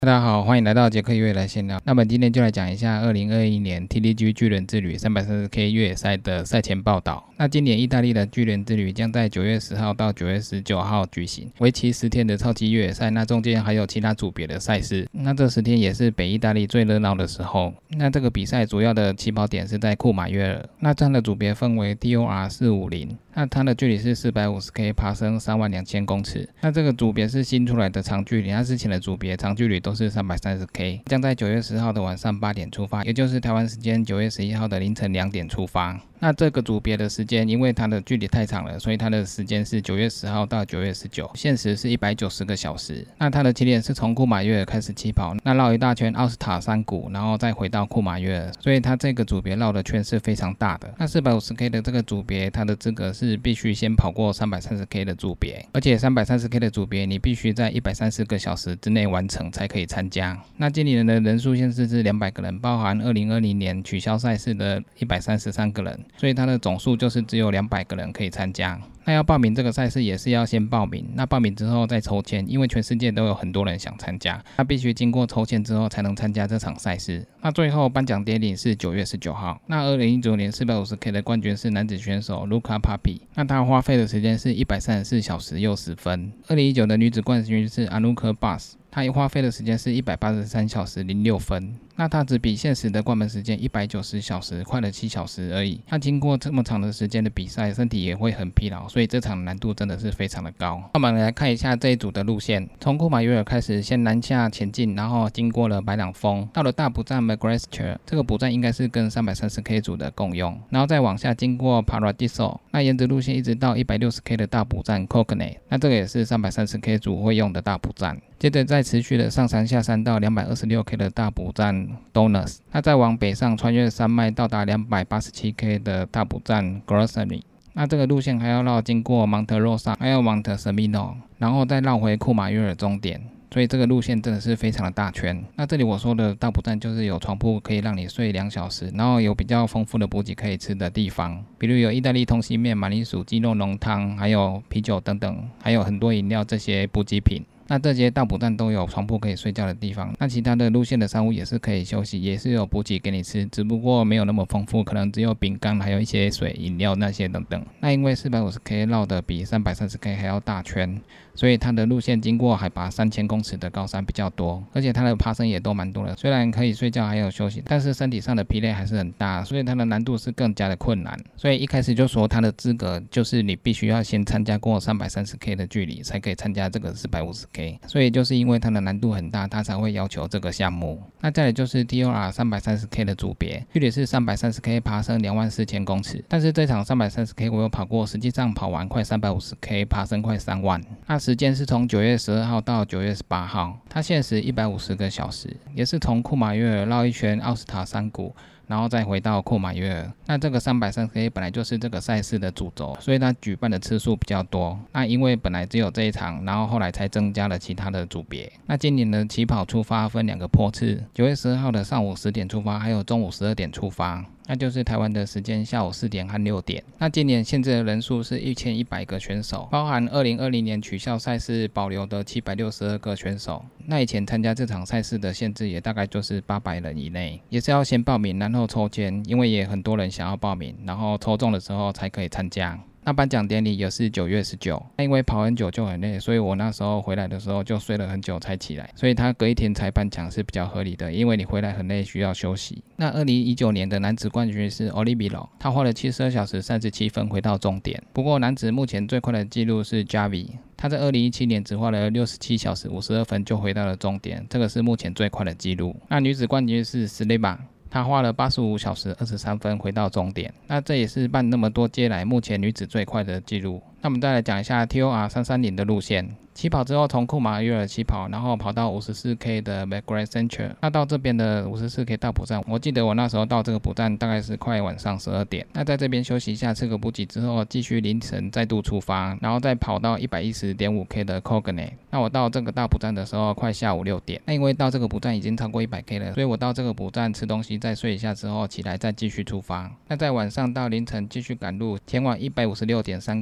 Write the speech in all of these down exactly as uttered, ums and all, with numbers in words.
大家好，欢迎来到杰克越野来闲聊。那么今天就来讲一下二零二一年 T D G 巨人之旅 三百三十 K 越野赛的赛前报道。那今年意大利的巨人之旅将在九月十号到九月十九号举行，为期十天的超级越野赛。那中间还有其他组别的赛事。那这十天也是北意大利最热闹的时候。那这个比赛主要的起跑点是在库马约尔。那这样的组别分为 T O R 四五零。那它的距离是 四百五十 K， 爬升三万两千公尺。那这个组别是新出来的长距离，它之前的组别长距离都是 三百三十 K， 将在九月十号的晚上八点出发，也就是台湾时间九月十一号的凌晨两点出发。那这个组别的时间，因为它的距离太长了，所以它的时间是九月十号到九月十九，限时是一百九十个小时。那它的起点是从库马约尔开始起跑，那绕一大圈奥斯塔山谷，然后再回到库马约尔，所以它这个组别绕的圈是非常大的。那 四百五十 K 的这个组别，它的资格是必须先跑过 三百三十 K 的组别，而且 三百三十 K 的组别你必须在一百三十个小时之内完成才可以参加。那今年的人数限制是两百个人，包含二零二零年取消赛事的一百三十三个人，所以它的总数就是只有两百个人可以参加。那要报名这个赛事也是要先报名，那报名之后再抽签，因为全世界都有很多人想参加，那必须经过抽签之后才能参加这场赛事。那最后颁奖典礼是九月十九号。那二零一九年 四百五十 K 的冠军是男子选手 Luca Papi， 那他花费的时间是一百三十四小时又十分。二零一九的女子冠军是 Anuka Bas， 她花费的时间是一百八十三小时零六分。那它只比现实的关门时间一百九十小时快了七小时而已。那经过这么长的时间的比赛，身体也会很疲劳，所以这场难度真的是非常的高。那我们来看一下这一组的路线，从库马约尔开始，先南下前进，然后经过了白朗峰，到了大补站 McGraster， 这个补站应该是跟 三百三十 K 组的共用，然后再往下经过 Paradiso， 那沿着路线一直到 一百六十 K 的大补站 Coconut， 那这个也是 三百三十 K 组会用的大补站。接着再持续的上山下山到 两百二十六 K 的大补站 Donuts， 那再往北上穿越山脉到达 两百八十七 K 的大补站 Grocery。那这个路线还要绕经过 Monterosa， 还有 Montesemino， 然后再绕回库马约尔终点。所以这个路线真的是非常的大圈。那这里我说的大补站就是有床铺可以让你睡两小时，然后有比较丰富的补给可以吃的地方，比如有意大利通心面、马铃薯鸡肉浓汤，还有啤酒等等，还有很多饮料这些补给品。那这些大补站都有床铺可以睡觉的地方，那其他的路线的商务也是可以休息，也是有补给给你吃，只不过没有那么丰富，可能只有饼干，还有一些水、饮料那些等等。那因为 四百五十 K 绕的比 三百三十 K 还要大圈，所以它的路线经过海拔三千公尺的高山比较多，而且它的爬升也都蛮多的。虽然可以睡觉还有休息，但是身体上的疲累还是很大，所以它的难度是更加的困难。所以一开始就说它的资格就是你必须要先参加过 三百三十 K 的距离，才可以参加这个 四百五十 K。所以就是因为它的难度很大，它才会要求这个项目。那再来就是 T O R 三百三十 K 的组别，距离是 三百三十 K， 爬升两万四千公尺。但是这场 三百三十 K 我有跑过，实际上跑完快 三百五十 K， 爬升快三万。那时间是从九月十二号到九月十八号，它限时一百五十个小时，也是从库马约尔绕一圈奥斯塔山谷，然后再回到库马约尔。那这个 三百三十 K 本来就是这个赛事的主轴，所以它举办的次数比较多。那因为本来只有这一场，然后后来才增加了其他的组别。那今年的起跑出发分两个坡次，九月十二号的上午十点出发，还有中午十二点出发。那就是台湾的时间下午四点和六点。那今年限制的人数是一千一百个选手，包含二零二零年取消赛事保留的七百六十二个选手。那以前参加这场赛事的限制也大概就是八百人以内，也是要先报名然后抽签，因为也很多人想要报名，然后抽中的时候才可以参加。那颁奖典礼也是九月十九，因为跑很久就很累，所以我那时候回来的时候就睡了很久才起来，所以他隔一天才颁奖是比较合理的，因为你回来很累需要休息。那二零一九年的男子冠军是 Olivero， 他花了七十二小时三十七分回到终点。不过男子目前最快的纪录是 Javi， 他在二零一七年只花了六十七小时五十二分就回到了终点，这个是目前最快的纪录。那女子冠军是 Sleva，他花了八十五小时二十三分回到终点，那这也是办那么多届来目前女子最快的纪录。那我们再来讲一下 T O R 三三零的路线。起跑之后从库马约尔起跑，然后跑到 五十四 K 的 McGraster， 那到这边的 五十四 K 大补站，我记得我那时候到这个补站大概是快晚上十二点。那在这边休息一下，吃个补给之后，继续凌晨再度出发，然后再跑到 一百一十点五 K 的 Cogonay。那我到这个大补站的时候快下午六点，那因为到这个补站已经超过 一百 K 了，所以我到这个补站吃东西再睡一下之后起来再继续出发。那在晚上到凌晨继续赶路前往 一百五十六点三 K 的 Donuts。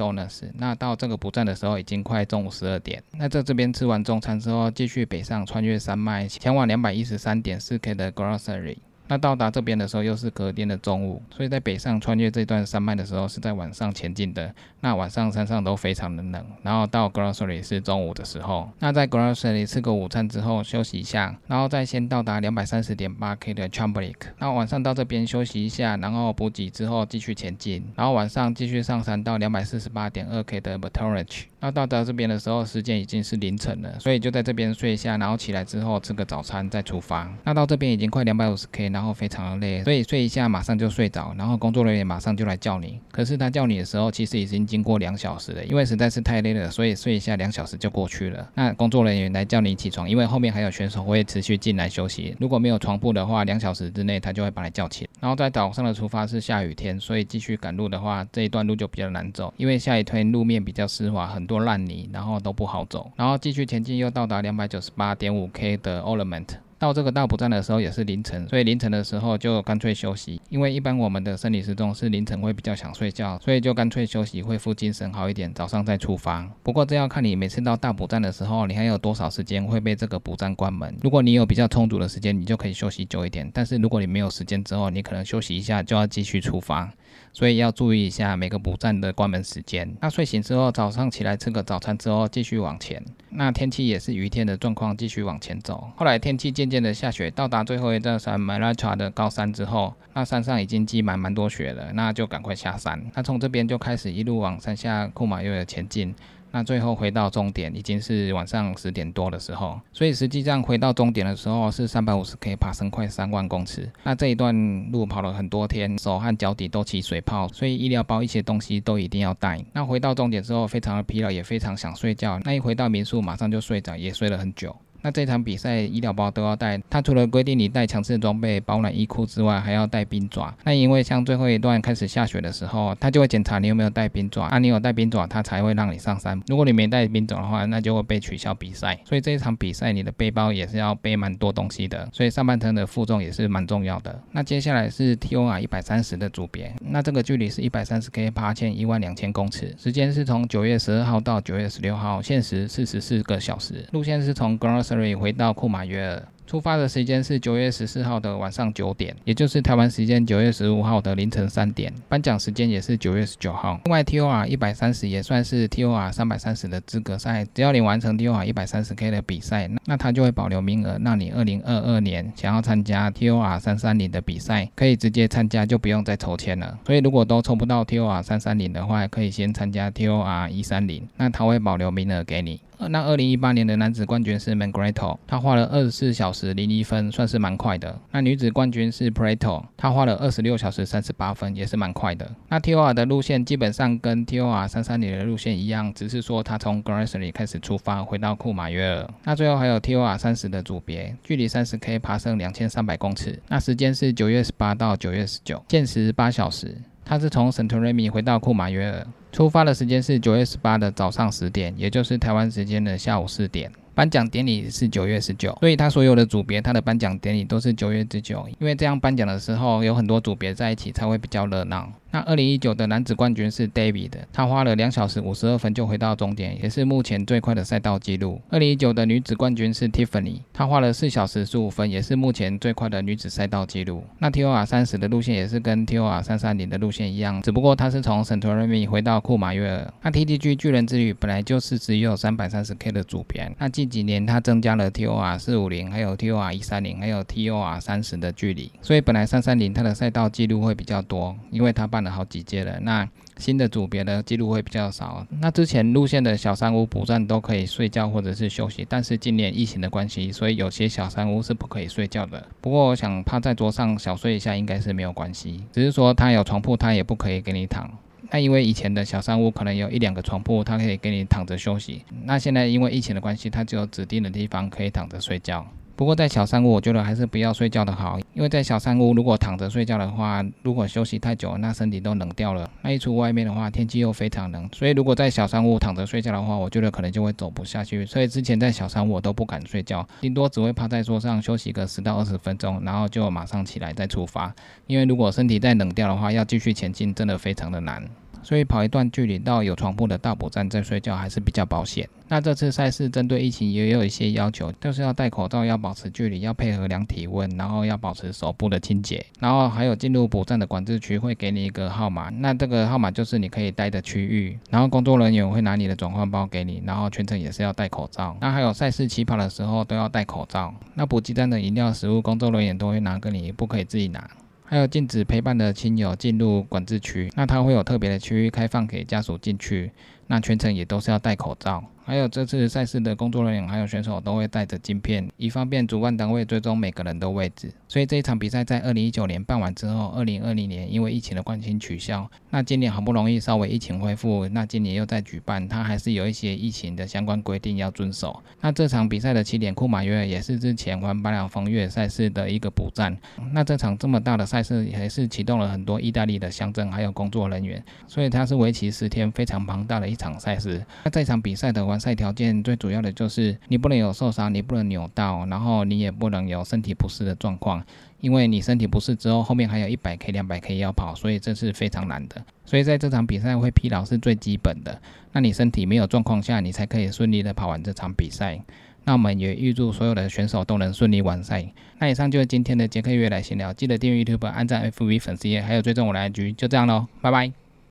McDonald's。那到这个补站的时候已经快中午十二点。那在这边吃完中餐之后，继续北上穿越山脉，前往 两百一十三点四 K 的 Grocery。那到达这边的时候又是隔天的中午，所以在北上穿越这段山脉的时候是在晚上前进的。那晚上山上都非常的冷，然后到 Grocery 是中午的时候。那在 Grocery 吃个午餐之后休息一下，然后再先到达 两百三十点八 K 的 Chamblique。那晚上到这边休息一下，然后补给之后继续前进，然后晚上继续上山到 两百四十八点二 K 的 Batoche。那到达这边的时候时间已经是凌晨了，所以就在这边睡一下，然后起来之后吃个早餐再出发。那到这边已经快 两百五十 K， 然后非常的累，所以睡一下马上就睡着，然后工作人员马上就来叫你。可是他叫你的时候其实已经经过两小时了，因为实在是太累了，所以睡一下两小时就过去了。那工作人员来叫你起床，因为后面还有选手会持续进来休息，如果没有床铺的话，两小时之内他就会把你叫起来。然后在早上的出发是下雨天，所以继续赶路的话，这一段路就比较难走，因为下雨天路面比较湿滑，很多烂泥，然后都不好走。然后继续前进又到达 两百九十八点五 K 的 Element。到这个大补站的时候也是凌晨，所以凌晨的时候就干脆休息，因为一般我们的生理时钟是凌晨会比较想睡觉，所以就干脆休息，恢复精神好一点，早上再出发。不过这要看你每次到大补站的时候，你还有多少时间会被这个补站关门。如果你有比较充足的时间，你就可以休息久一点，但是如果你没有时间之后，你可能休息一下就要继续出发，所以要注意一下每个补站的关门时间。那睡醒之后，早上起来吃个早餐之后继续往前。那天气也是雨天的状况，继续往前走。后来天气渐渐的下雪，到达最后一座山 Malacha 的高山之后，那山上已经积满蛮多雪了，那就赶快下山。那从这边就开始一路往山下库马约尔前进。那最后回到终点已经是晚上十点多的时候，所以实际上回到终点的时候是 三百五十 K， 爬升快三万公尺。那这一段路跑了很多天，手和脚底都起水泡，所以医疗包一些东西都一定要带。那回到终点之后非常的疲劳，也非常想睡觉，那一回到民宿马上就睡着，也睡了很久。那这场比赛医疗包都要带，它除了规定你带强制装备、保暖衣裤之外，还要带冰爪。那因为像最后一段开始下雪的时候，他就会检查你有没有带冰爪，啊，你有带冰爪，他才会让你上山。如果你没带冰爪的话，那就会被取消比赛。所以这一场比赛你的背包也是要背蛮多东西的，所以上半程的负重也是蛮重要的。那接下来是 T O R 一百三十的组别，那这个距离是 一百三十 K， 爬前一万两千公尺，时间是从九月十二号到九月十六号，限时四十四个小时，路线是从 Grocery 回到库马约尔。出发的时间是九月十四号的晚上九点，也就是台湾时间九月十五号的凌晨三点。颁奖时间也是九月十九号。另外 T O R 一百三十也算是 T O R 三百三十的资格赛，只要你完成 T O R 一百三十 K 的比赛，那它就会保留名额，让你二零二二年想要参加 T O R 三三零的比赛，可以直接参加，就不用再抽签了。所以如果都抽不到 T O R 三三零的话，可以先参加 T O R 一三零，那它会保留名额给你。那二零一八年的男子冠军是 Mangrato， 他花了二十四小时零一分，算是蛮快的。那女子冠军是 Preto， 他花了二十六小时三十八分，也是蛮快的。那 T O R 的路线基本上跟 T O R 三三零的路线一样，只是说他从 Grocery 开始出发，回到库马约尔。那最后还有 T O R 三十的组别，距离 三十 K， 爬升两千三百公尺。那时间是九月十八到九月十九，限时八小时。他是从圣托雷米回到库马约尔，出发的时间是九月十八的早上十点，也就是台湾时间的下午四点。颁奖典礼是九月十九，所以他所有的组别他的颁奖典礼都是九月十九，因为这样颁奖的时候有很多组别在一起才会比较热闹。那二零一九的男子冠军是 David， 他花了两小时五十二分就回到终点，也是目前最快的赛道纪录。二零一九的女子冠军是 Tiffany， 她花了四小时十五分，也是目前最快的女子赛道纪录。那 T O R 三十的路线也是跟 T O R 三三零的路线一样，只不过它是从圣托雷米回到库马约尔。那 T T G 巨人之旅本来就是只有 三百三十 K 的组别，那近几年它增加了 T O R 四五零，还有 T O R 一三零，还有 T O R 三十的距离，所以本来三三零它的赛道纪录会比较多，因为它办了好几届了。那新的组别的记录会比较少。那之前路线的小山屋补站都可以睡觉或者是休息，但是今年疫情的关系，所以有些小山屋是不可以睡觉的。不过我想趴在桌上小睡一下应该是没有关系，只是说它有床铺它也不可以给你躺。那因为以前的小山屋可能有一两个床铺，它可以给你躺着休息。那现在因为疫情的关系，它只有指定的地方可以躺着睡觉。不过在小山屋我觉得还是不要睡觉的好，因为在小山屋如果躺着睡觉的话，如果休息太久，那身体都冷掉了。那一出外面的话，天气又非常冷，所以如果在小山屋躺着睡觉的话，我觉得可能就会走不下去。所以之前在小山屋我都不敢睡觉，顶多只会趴在桌上休息个十到二十分钟，然后就马上起来再出发。因为如果身体再冷掉的话，要继续前进真的非常的难。 所以跑一段距离到有床铺的大补站再睡觉还是比较保险。那这次赛事针对疫情也有一些要求，就是要戴口罩，要保持距离，要配合量体温，然后要保持手部的清洁，然后还有进入补站的管制区会给你一个号码，那这个号码就是你可以待的区域，然后工作人员会拿你的转换包给你，然后全程也是要戴口罩。那还有赛事起跑的时候都要戴口罩。那补给站的饮料食物工作人员都会拿给你，不可以自己拿。还有禁止陪伴的亲友进入管制区，那它会有特别的区域开放给家属进去，那全程也都是要戴口罩。还有这次赛事的工作人员还有选手都会带着晶片，以方便主办单位追踪每个人的位置。所以这一场比赛在二零一九年办完之后，二零二零年因为疫情的关系取消，那今年好不容易稍微疫情恢复，那今年又在举办，它还是有一些疫情的相关规定要遵守。那这场比赛的起点库马约尔也是之前环百两峰越野赛事的一个补站，那这场这么大的赛事也是启动了很多意大利的乡镇还有工作人员，所以它是为期十天非常庞大的一场赛事。那这场比赛的完赛条件最主要的就是你不能有受伤，你不能扭到，然后你也不能有身体不适的状况，因为你身体不适之后后面还有 一百 K 两百 K 要跑，所以这是非常难的。所以在这场比赛会疲劳是最基本的，那你身体没有状况下你才可以顺利的跑完这场比赛。那我们也预祝所有的选手都能顺利完赛。那以上就是今天的杰克越野来闲聊，记得订阅 YouTube 按赞 F B 粉丝页还有追踪我的 I G， 就这样咯，拜拜。